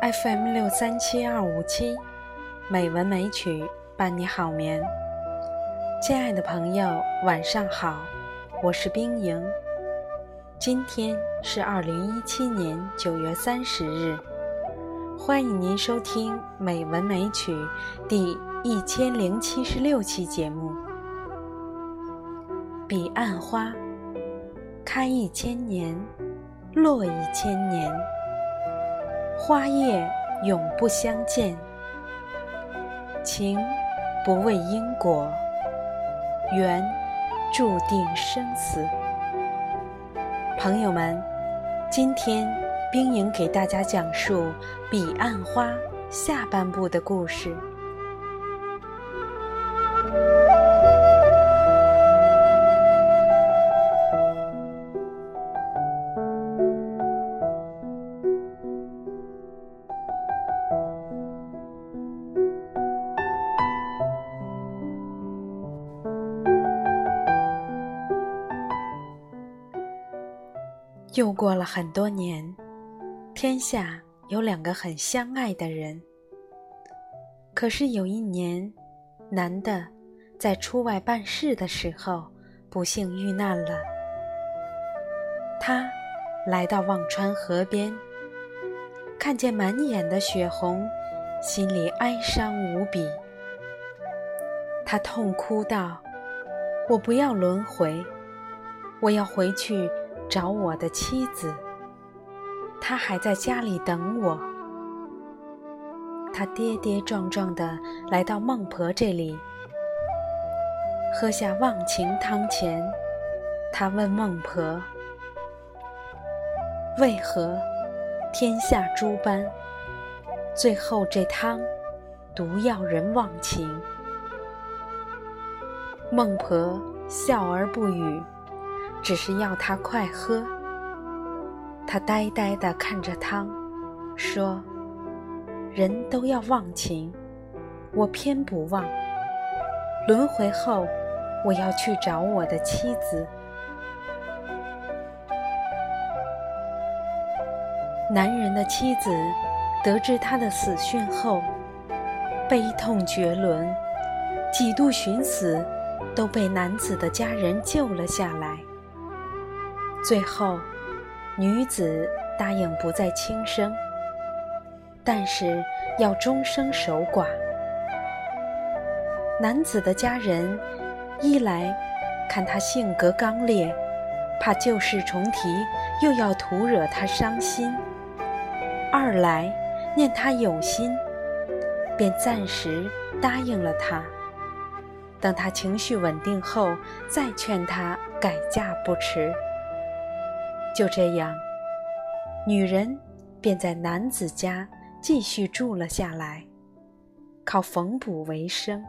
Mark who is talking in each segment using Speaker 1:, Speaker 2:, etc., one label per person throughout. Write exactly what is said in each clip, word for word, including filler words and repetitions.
Speaker 1: F M 六三七二五七，美文美曲伴你好眠。亲爱的朋友，晚上好，我是冰莹。今天是二零一七年九月三十日，欢迎您收听美文美曲第一千零七十六期节目。彼岸花，开一千年，落一千年，花叶永不相见，情不为因果，缘注定生死。朋友们，今天冰莹给大家讲述《彼岸花》下半部的故事。又过了很多年，天下有两个很相爱的人。可是有一年，男的在出外办事的时候不幸遇难了。他来到忘川河边，看见满眼的血红，心里哀伤无比。他痛哭道：我不要轮回，我要回去找我的妻子，她还在家里等我。他跌跌撞撞地来到孟婆这里，喝下忘情汤前，他问孟婆：为何天下诸般，最后这汤独要人忘情？孟婆笑而不语，只是要他快喝。他呆呆地看着汤，说：人都要忘情，我偏不忘。轮回后，我要去找我的妻子。男人的妻子得知他的死讯后，悲痛绝伦，几度寻死都被男子的家人救了下来。最后，女子答应不再轻生，但是要终生守寡。男子的家人一来看他性格刚烈，怕旧事重提又要徒惹他伤心；二来念他有心，便暂时答应了他，等他情绪稳定后再劝他改嫁不迟。就这样，女人便在男子家继续住了下来，靠缝补为生。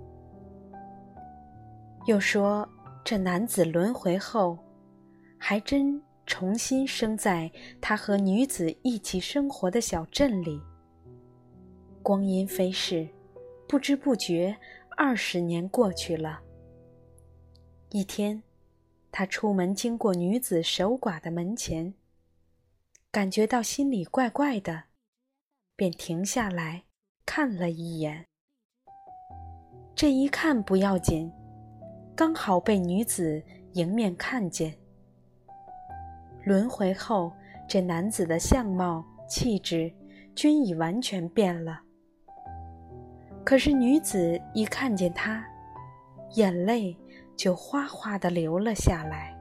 Speaker 1: 又说这男子轮回后，还真重新生在他和女子一起生活的小镇里。光阴飞逝，不知不觉二十年过去了。一天，他出门经过女子守寡的门前，感觉到心里怪怪的，便停下来看了一眼。这一看不要紧，刚好被女子迎面看见。轮回后，这男子的相貌气质均已完全变了。可是女子一看见他，眼泪就哗哗地流了下来。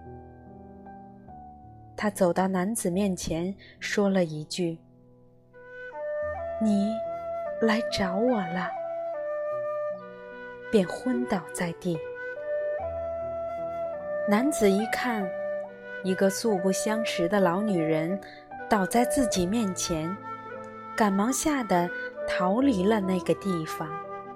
Speaker 1: 她走到男子面前，说了一句：你来找我了，便昏倒在地。男子一看，一个素不相识的老女人倒在自己面前，赶忙吓得逃离了那个地方。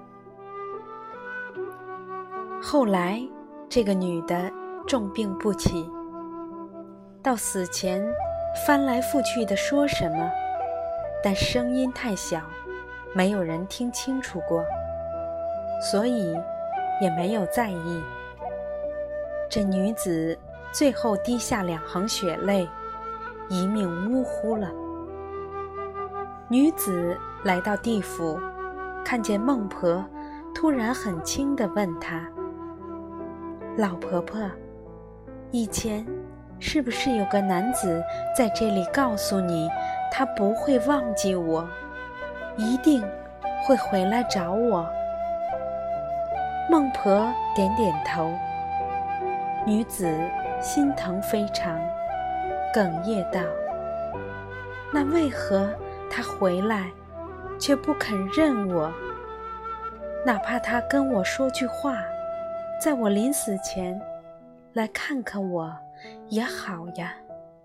Speaker 1: 后来这个女的重病不起，到死前翻来覆去地说什么，但声音太小，没有人听清楚过，所以也没有在意。这女子最后滴下两行血泪，一命呜呼了。 女子来到地府，看见孟婆，突然很轻地问她：老婆婆，以前是不是有个男子在这里告诉你，他不会忘记我，一定会回来找我？孟婆点点头。女子心疼非常，哽咽道：那为何他回来却不肯认我？哪怕他跟我说句话，在我临死前来看看我也好呀。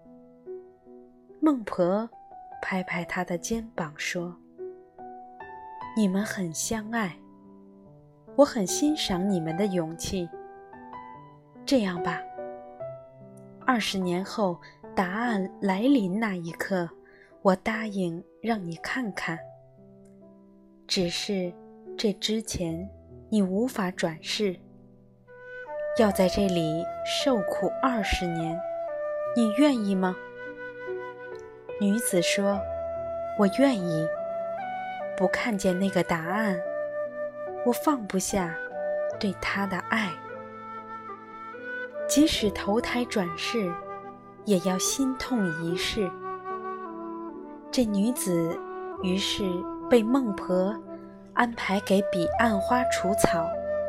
Speaker 1: 孟婆拍拍他的肩膀说：你们很相爱，我很欣赏你们的勇气。这样吧，二十年后答案来临那一刻，我答应让你看看。只是这之前你无法转世，要在这里受苦二十年，你愿意吗？女子说：我愿意。不看见那个答案，我放不下对他的爱。即使投胎转世，也要心痛一世。这女子于是被孟婆安排给彼岸花除草。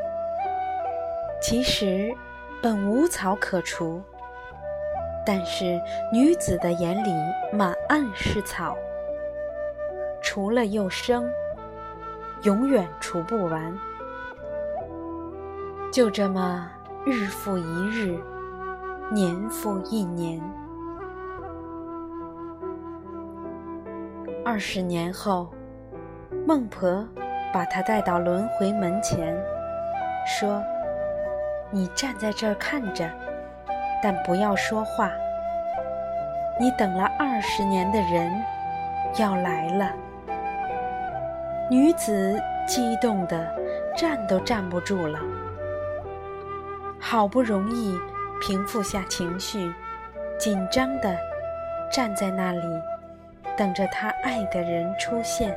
Speaker 1: 其实本无草可除，但是女子的眼里满岸是草，除了又生，永远除不完。就这么日复一日，年复一年。二十年后，孟婆把她带到轮回门前，说：你站在这儿看着，但不要说话。你等了二十年的人要来了。女子激动得站都站不住了，好不容易平复下情绪，紧张地站在那里，等着她爱的人出现。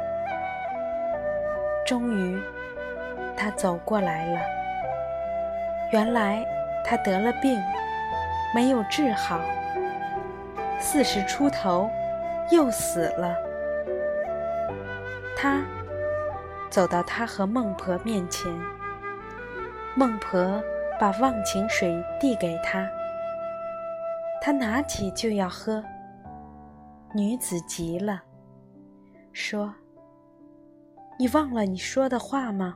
Speaker 1: 终于，他走过来了。原来他得了病，没有治好，四十出头又死了。他走到他和孟婆面前，孟婆把忘情水递给他，他拿起就要喝。女子急了，说：你忘了你说的话吗？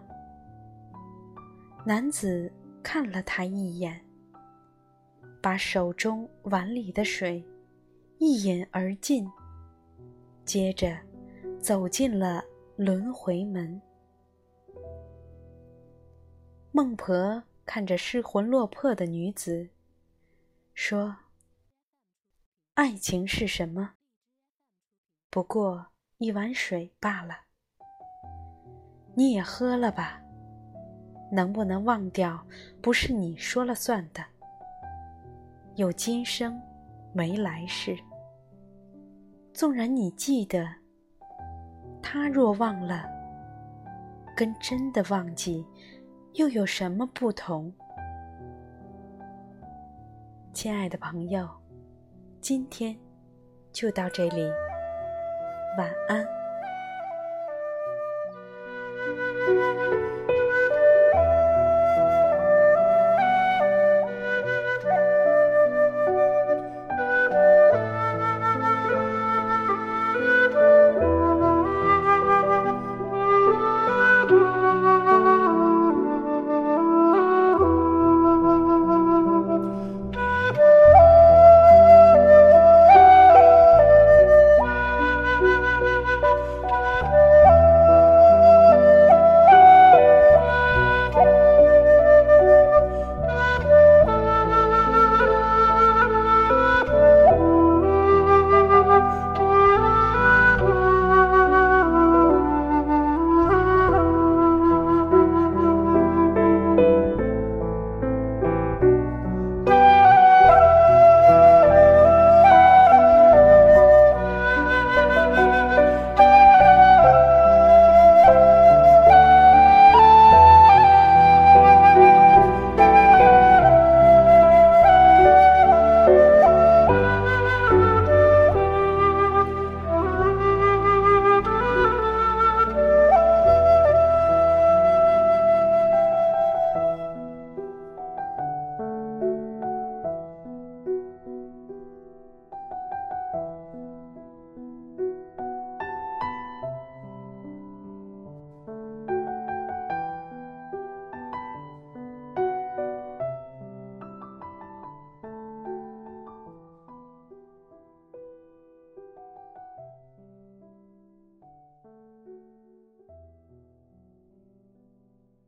Speaker 1: 男子看了他一眼，把手中碗里的水一饮而尽，接着走进了轮回门。孟婆看着失魂落魄的女子，说：爱情是什么？不过一碗水罢了。你也喝了吧，能不能忘掉，不是你说了算的。有今生，没来世。纵然你记得，他若忘了，跟真的忘记又有什么不同？亲爱的朋友，今天就到这里，晚安。